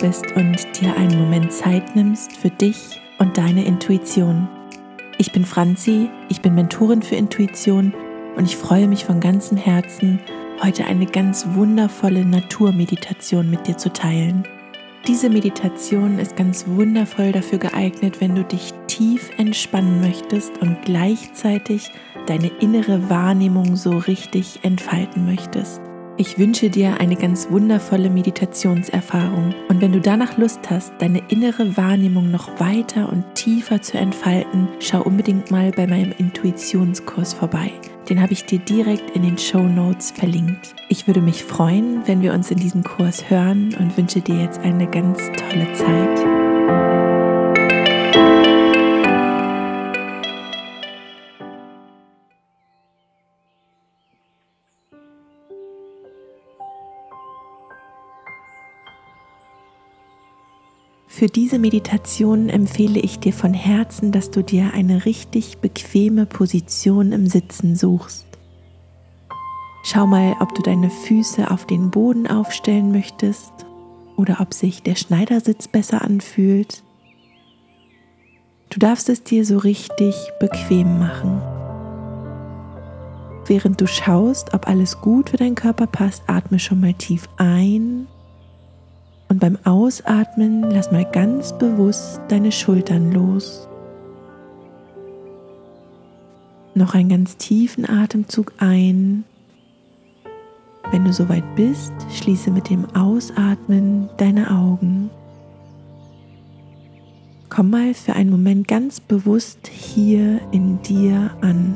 bist und dir einen Moment Zeit nimmst für dich und deine Intuition. Ich bin Franzi, ich bin Mentorin für Intuition und ich freue mich von ganzem Herzen, heute eine ganz wundervolle Naturmeditation mit dir zu teilen. Diese Meditation ist ganz wundervoll dafür geeignet, wenn du dich tief entspannen möchtest und gleichzeitig deine innere Wahrnehmung so richtig entfalten möchtest. Ich wünsche dir eine ganz wundervolle Meditationserfahrung und wenn du danach Lust hast, deine innere Wahrnehmung noch weiter und tiefer zu entfalten, schau unbedingt mal bei meinem Intuitionskurs vorbei. Den habe ich dir direkt in den Shownotes verlinkt. Ich würde mich freuen, wenn wir uns in diesem Kurs hören und wünsche dir jetzt eine ganz tolle Zeit. Für diese Meditation empfehle ich dir von Herzen, dass du dir eine richtig bequeme Position im Sitzen suchst. Schau mal, ob du deine Füße auf den Boden aufstellen möchtest oder ob sich der Schneidersitz besser anfühlt. Du darfst es dir so richtig bequem machen. Während du schaust, ob alles gut für deinen Körper passt, atme schon mal tief ein. Und beim Ausatmen lass mal ganz bewusst deine Schultern los. Noch einen ganz tiefen Atemzug ein. Wenn du soweit bist, schließe mit dem Ausatmen deine Augen. Komm mal für einen Moment ganz bewusst hier in dir an.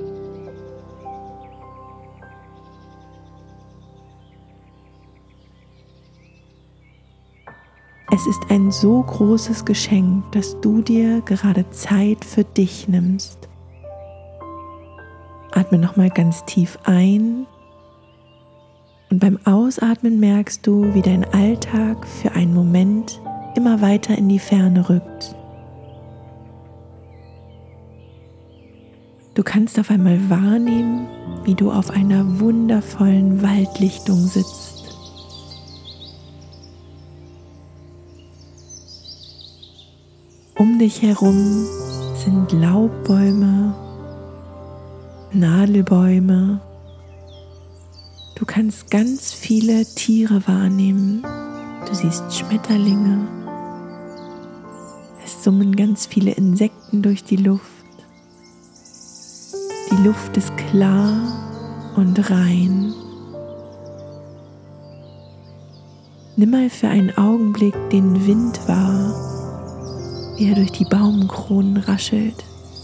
Es ist ein so großes Geschenk, dass du dir gerade Zeit für dich nimmst. Atme nochmal ganz tief ein und beim Ausatmen merkst du, wie dein Alltag für einen Moment immer weiter in die Ferne rückt. Du kannst auf einmal wahrnehmen, wie du auf einer wundervollen Waldlichtung sitzt. Um dich herum sind Laubbäume, Nadelbäume. Du kannst ganz viele Tiere wahrnehmen. Du siehst Schmetterlinge. Es summen ganz viele Insekten durch die Luft. Die Luft ist klar und rein. Nimm mal für einen Augenblick den Wind wahr, wie er durch die Baumkronen raschelt.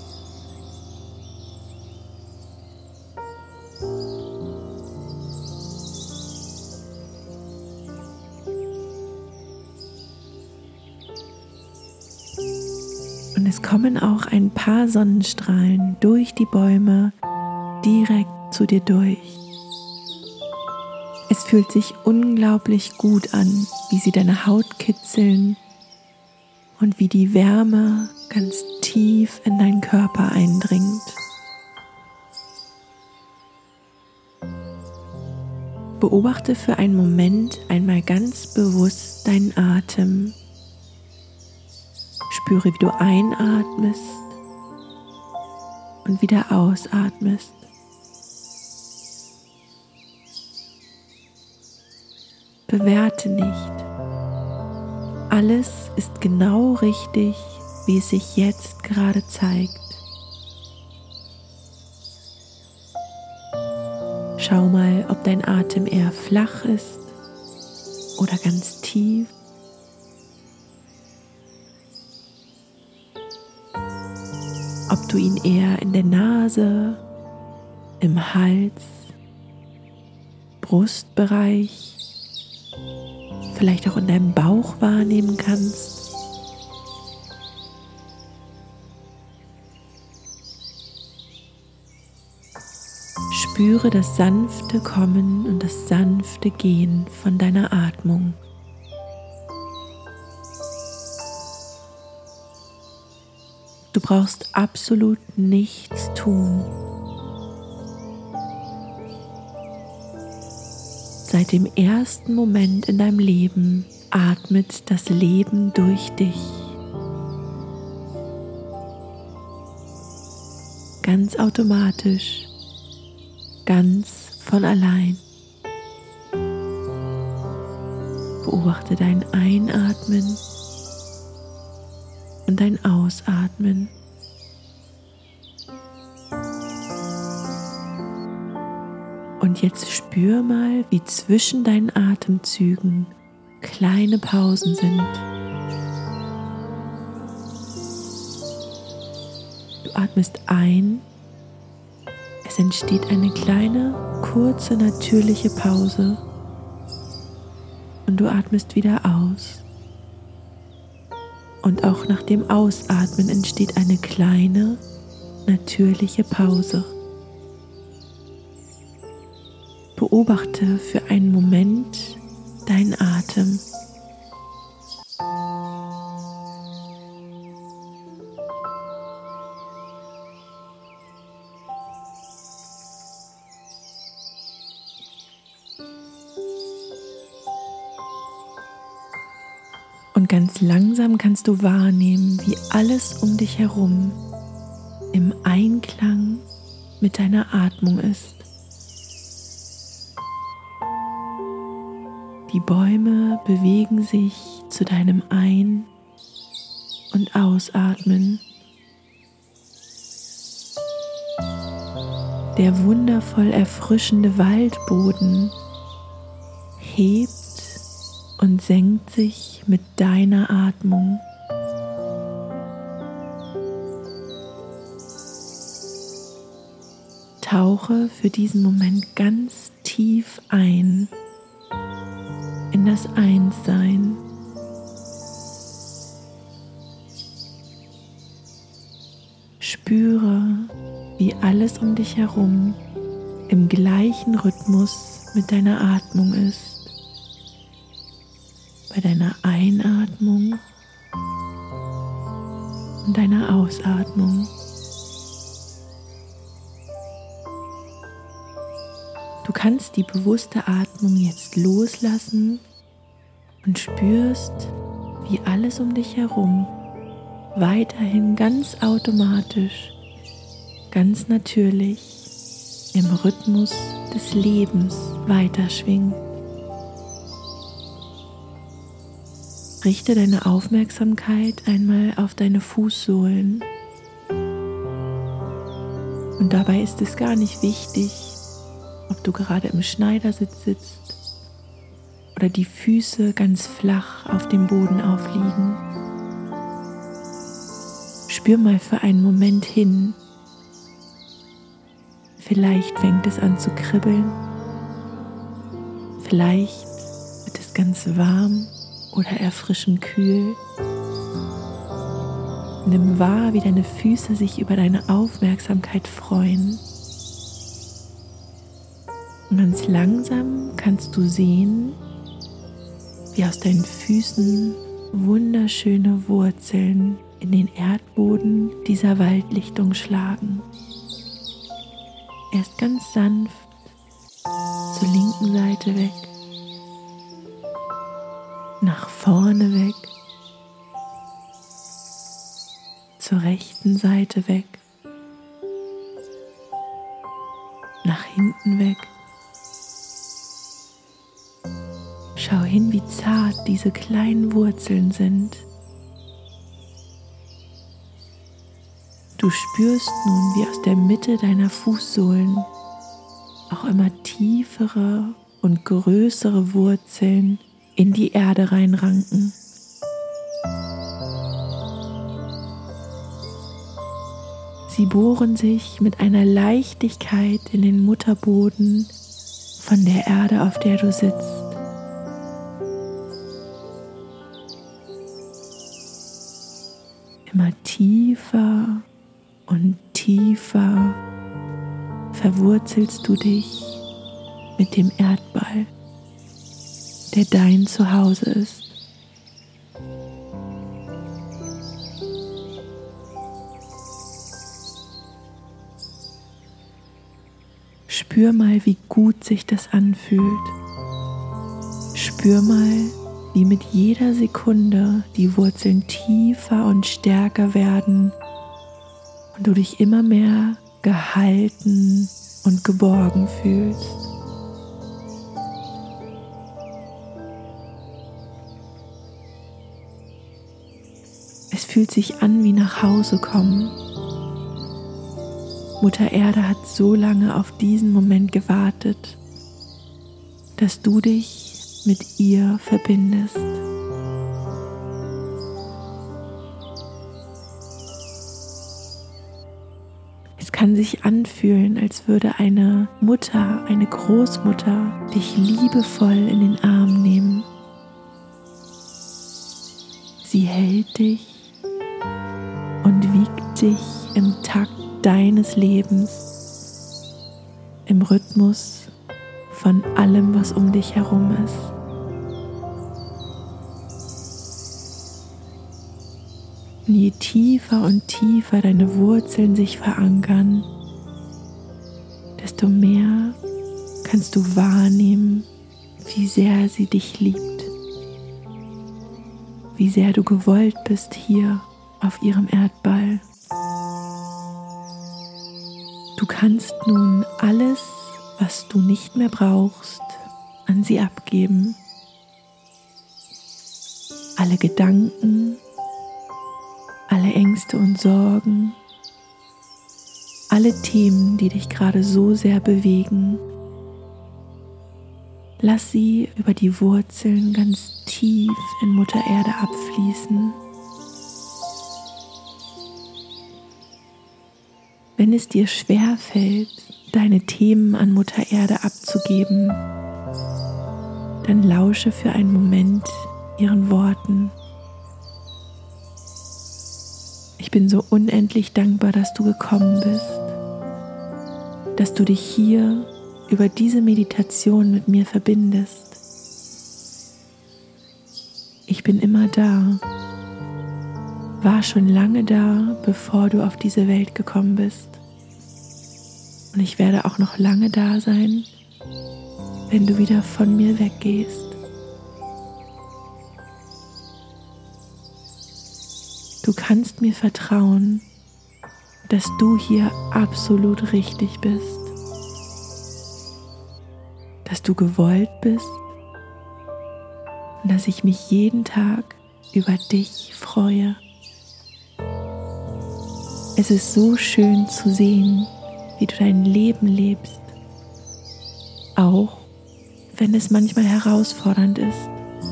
Und es kommen auch ein paar Sonnenstrahlen durch die Bäume direkt zu dir durch. Es fühlt sich unglaublich gut an, wie sie deine Haut kitzeln und wie die Wärme ganz tief in deinen Körper eindringt. Beobachte für einen Moment einmal ganz bewusst deinen Atem. Spüre, wie du einatmest und wieder ausatmest. Bewerte nicht. Alles ist genau richtig, wie es sich jetzt gerade zeigt. Schau mal, ob dein Atem eher flach ist oder ganz tief. Ob du ihn eher in der Nase, im Hals, Brustbereich, vielleicht auch in deinem Bauch wahrnehmen kannst. Spüre das sanfte Kommen und das sanfte Gehen von deiner Atmung. Du brauchst absolut nichts tun. Seit dem ersten Moment in deinem Leben atmet das Leben durch dich. Ganz automatisch, ganz von allein. Beobachte dein Einatmen und dein Ausatmen. Und jetzt spür mal, wie zwischen deinen Atemzügen kleine Pausen sind. Du atmest ein, es entsteht eine kleine, kurze, natürliche Pause und du atmest wieder aus. Und auch nach dem Ausatmen entsteht eine kleine, natürliche Pause. Beobachte für einen Moment deinen Atem. Und ganz langsam kannst du wahrnehmen, wie alles um dich herum im Einklang mit deiner Atmung ist. Die Bäume bewegen sich zu deinem Ein- und Ausatmen. Der wundervoll erfrischende Waldboden hebt und senkt sich mit deiner Atmung. Tauche für diesen Moment ganz tief ein in das Einssein. Spüre, wie alles um dich herum im gleichen Rhythmus mit deiner Atmung ist. Bei deiner Einatmung und deiner Ausatmung. Du kannst die bewusste Atmung jetzt loslassen und spürst, wie alles um dich herum weiterhin ganz automatisch, ganz natürlich im Rhythmus des Lebens weiterschwingt. Richte deine Aufmerksamkeit einmal auf deine Fußsohlen. Und dabei ist es gar nicht wichtig, ob du gerade im Schneidersitz sitzt oder die Füße ganz flach auf dem Boden aufliegen. Spür mal für einen Moment hin. Vielleicht fängt es an zu kribbeln. Vielleicht wird es ganz warm oder erfrischend kühl. Nimm wahr, wie deine Füße sich über deine Aufmerksamkeit freuen. Und ganz langsam kannst du sehen, wie aus deinen Füßen wunderschöne Wurzeln in den Erdboden dieser Waldlichtung schlagen. Erst ganz sanft zur linken Seite weg, nach vorne weg, zur rechten Seite weg, nach hinten weg. Schau hin, wie zart diese kleinen Wurzeln sind. Du spürst nun, wie aus der Mitte deiner Fußsohlen auch immer tiefere und größere Wurzeln in die Erde reinranken. Sie bohren sich mit einer Leichtigkeit in den Mutterboden von der Erde, auf der du sitzt. Immer tiefer und tiefer verwurzelst du dich mit dem Erdball, der dein Zuhause ist. Spür mal, wie gut sich das anfühlt. Spür mal, wie mit jeder Sekunde die Wurzeln tiefer und stärker werden und du dich immer mehr gehalten und geborgen fühlst. Es fühlt sich an wie nach Hause kommen. Mutter Erde hat so lange auf diesen Moment gewartet, dass du dich mit ihr verbindest. Es kann sich anfühlen, als würde eine Mutter, eine Großmutter dich liebevoll in den Arm nehmen. Sie hält dich und wiegt dich im Takt deines Lebens, im Rhythmus von allem, was um dich herum ist. Und je tiefer und tiefer deine Wurzeln sich verankern, desto mehr kannst du wahrnehmen, wie sehr sie dich liebt, wie sehr du gewollt bist hier auf ihrem Erdball. Du kannst nun alles, was du nicht mehr brauchst, an sie abgeben. Alle Gedanken, alle Ängste und Sorgen, alle Themen, die dich gerade so sehr bewegen. Lass sie über die Wurzeln ganz tief in Mutter Erde abfließen. Wenn es dir schwer fällt, deine Themen an Mutter Erde abzugeben, dann lausche für einen Moment ihren Worten. Ich bin so unendlich dankbar, dass du gekommen bist, dass du dich hier über diese Meditation mit mir verbindest. Ich bin immer da, war schon lange da, bevor du auf diese Welt gekommen bist. Und ich werde auch noch lange da sein, wenn du wieder von mir weggehst. Du kannst mir vertrauen, dass du hier absolut richtig bist, dass du gewollt bist und dass ich mich jeden Tag über dich freue. Es ist so schön zu sehen, wie du dein Leben lebst, auch wenn es manchmal herausfordernd ist.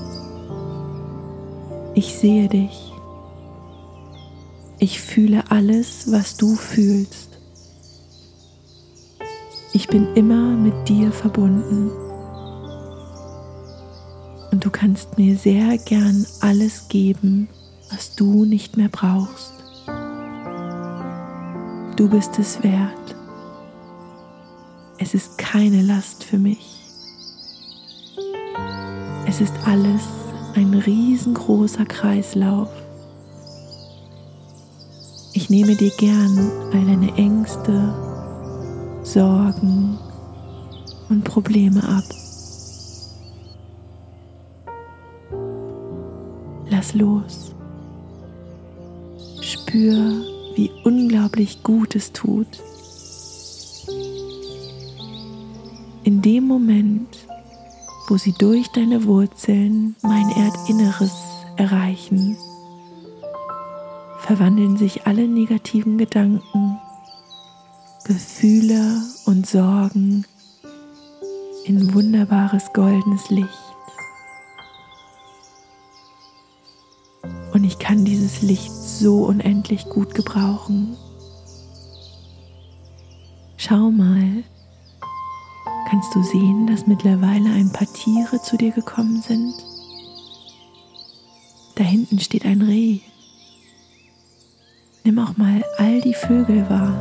Ich sehe dich. Ich fühle alles, was du fühlst. Ich bin immer mit dir verbunden. Und du kannst mir sehr gern alles geben, was du nicht mehr brauchst. Du bist es wert. Es ist keine Last für mich. Es ist alles ein riesengroßer Kreislauf. Ich nehme dir gern all deine Ängste, Sorgen und Probleme ab. Lass los. Spür, wie unglaublich gut es tut. In dem Moment, wo sie durch deine Wurzeln mein Erdinneres erreichen, verwandeln sich alle negativen Gedanken, Gefühle und Sorgen in wunderbares goldenes Licht. Und ich kann dieses Licht so unendlich gut gebrauchen. Schau mal, kannst du sehen, dass mittlerweile ein paar Tiere zu dir gekommen sind? Da hinten steht ein Reh. Nimm auch mal all die Vögel wahr.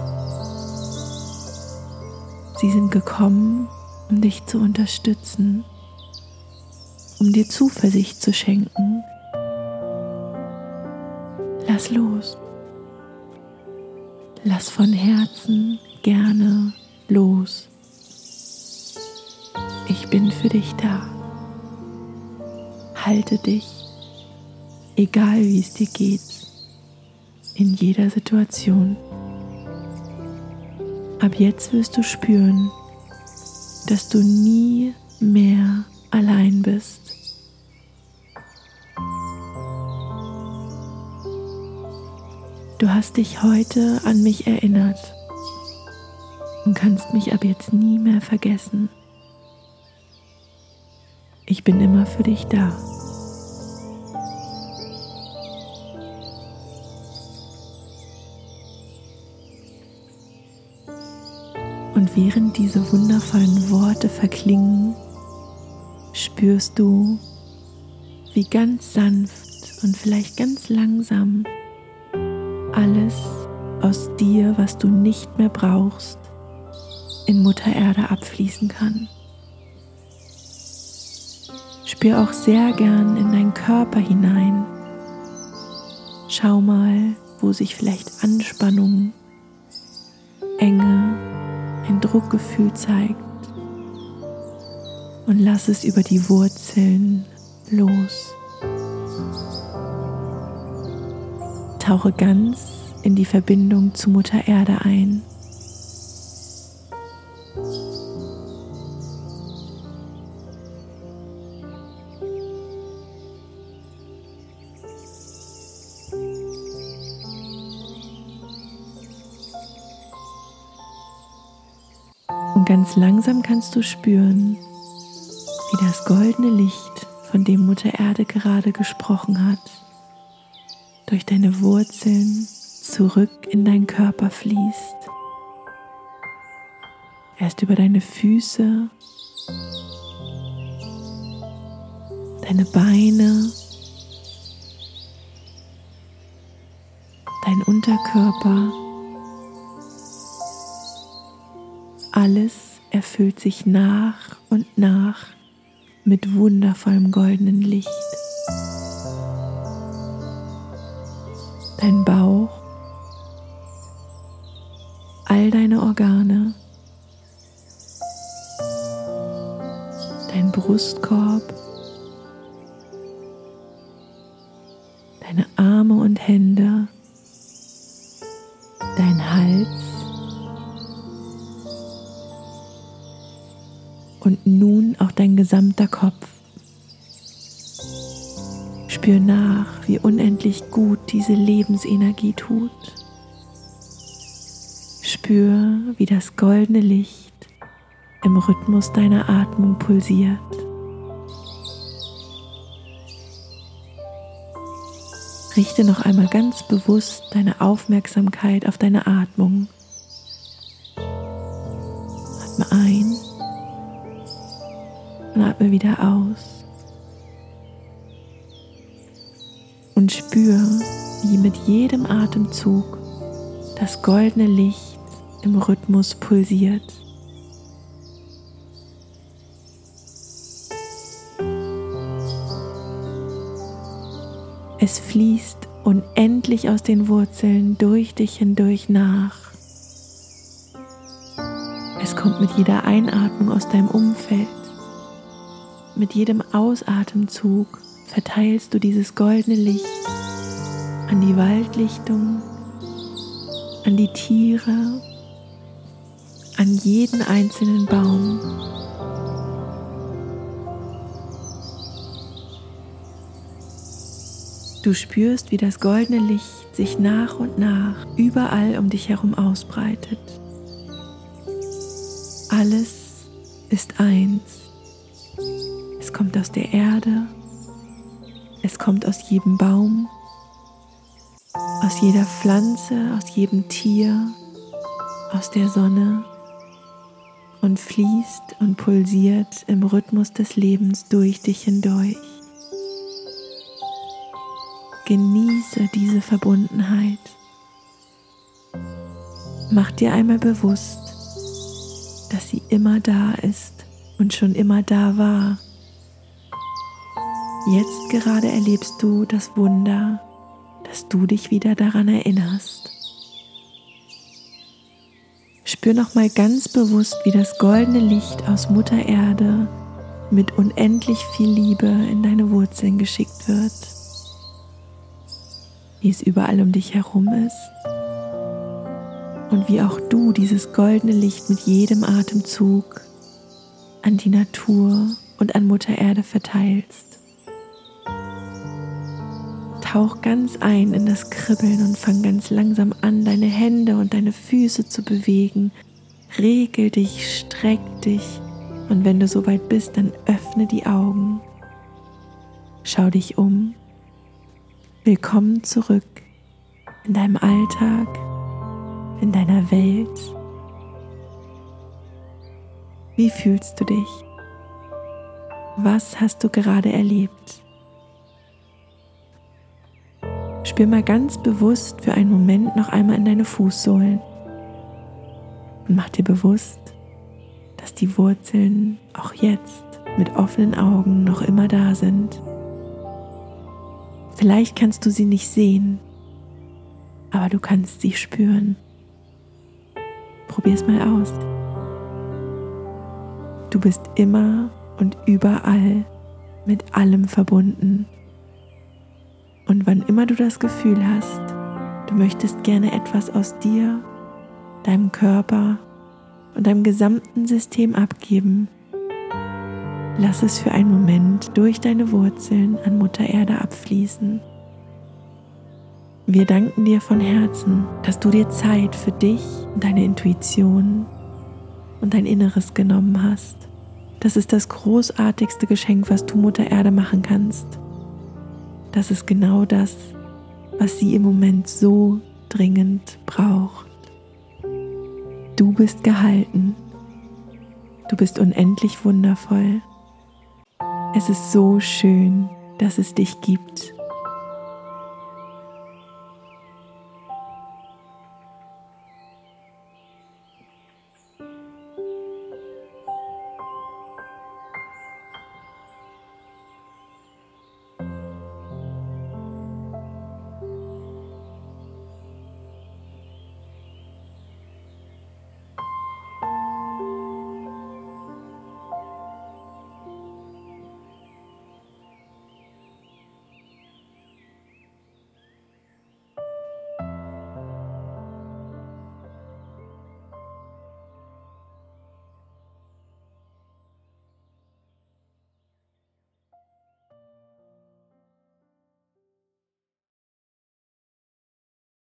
Sie sind gekommen, um dich zu unterstützen, um dir Zuversicht zu schenken. Lass los. Lass von Herzen gerne los. Ich bin für dich da. Halte dich, egal wie es dir geht, in jeder Situation. Ab jetzt wirst du spüren, dass du nie mehr allein bist. Du hast dich heute an mich erinnert und kannst mich ab jetzt nie mehr vergessen. Ich bin immer für dich da. Und während diese wundervollen Worte verklingen, spürst du, wie ganz sanft und vielleicht ganz langsam alles aus dir, was du nicht mehr brauchst, in Mutter Erde abfließen kann. Spür auch sehr gern in deinen Körper hinein. Schau mal, wo sich vielleicht Anspannung, Enge, ein Druckgefühl zeigt, und lass es über die Wurzeln los. Tauche ganz in die Verbindung zu Mutter Erde ein. Und ganz langsam kannst du spüren, wie das goldene Licht, von dem Mutter Erde gerade gesprochen hat, durch deine Wurzeln zurück in deinen Körper fließt. Erst über deine Füße, deine Beine, dein Unterkörper. Alles erfüllt sich nach und nach mit wundervollem goldenen Licht. Dein Bauch, all deine Organe, dein Brustkorb, deine Arme und Hände, dein Hals und nun auch dein gesamter Kopf. Spür nach, wie unendlich gut diese Lebensenergie tut. Spür, wie das goldene Licht im Rhythmus deiner Atmung pulsiert. Richte noch einmal ganz bewusst deine Aufmerksamkeit auf deine Atmung. Atme ein und atme wieder aus. Und spür, wie mit jedem Atemzug das goldene Licht im Rhythmus pulsiert. Es fließt unendlich aus den Wurzeln durch dich hindurch nach. Es kommt mit jeder Einatmung aus deinem Umfeld. Mit jedem Ausatemzug verteilst du dieses goldene Licht an die Waldlichtung, an die Tiere, an jeden einzelnen Baum. Du spürst, wie das goldene Licht sich nach und nach überall um dich herum ausbreitet. Alles ist eins. Es kommt aus der Erde, es kommt aus jedem Baum, aus jeder Pflanze, aus jedem Tier, aus der Sonne und fließt und pulsiert im Rhythmus des Lebens durch dich hindurch. Genieße diese Verbundenheit. Mach dir einmal bewusst, dass sie immer da ist und schon immer da war. Jetzt gerade erlebst du das Wunder, dass du dich wieder daran erinnerst. Spür nochmal ganz bewusst, wie das goldene Licht aus Mutter Erde mit unendlich viel Liebe in deine Wurzeln geschickt wird, wie es überall um dich herum ist und wie auch du dieses goldene Licht mit jedem Atemzug an die Natur und an Mutter Erde verteilst. Tauch ganz ein in das Kribbeln und fang ganz langsam an, deine Hände und deine Füße zu bewegen. Regel dich, streck dich und wenn du soweit bist, dann öffne die Augen. Schau dich um. Willkommen zurück in deinem Alltag, in deiner Welt. Wie fühlst du dich? Was hast du gerade erlebt? Spür mal ganz bewusst für einen Moment noch einmal in deine Fußsohlen und mach dir bewusst, dass die Wurzeln auch jetzt mit offenen Augen noch immer da sind. Vielleicht kannst du sie nicht sehen, aber du kannst sie spüren. Probier's mal aus. Du bist immer und überall mit allem verbunden. Und wann immer du das Gefühl hast, du möchtest gerne etwas aus dir, deinem Körper und deinem gesamten System abgeben, lass es für einen Moment durch deine Wurzeln an Mutter Erde abfließen. Wir danken dir von Herzen, dass du dir Zeit für dich, deine Intuition und dein Inneres genommen hast. Das ist das großartigste Geschenk, was du Mutter Erde machen kannst. Das ist genau das, was sie im Moment so dringend braucht. Du bist gehalten. Du bist unendlich wundervoll. Es ist so schön, dass es dich gibt.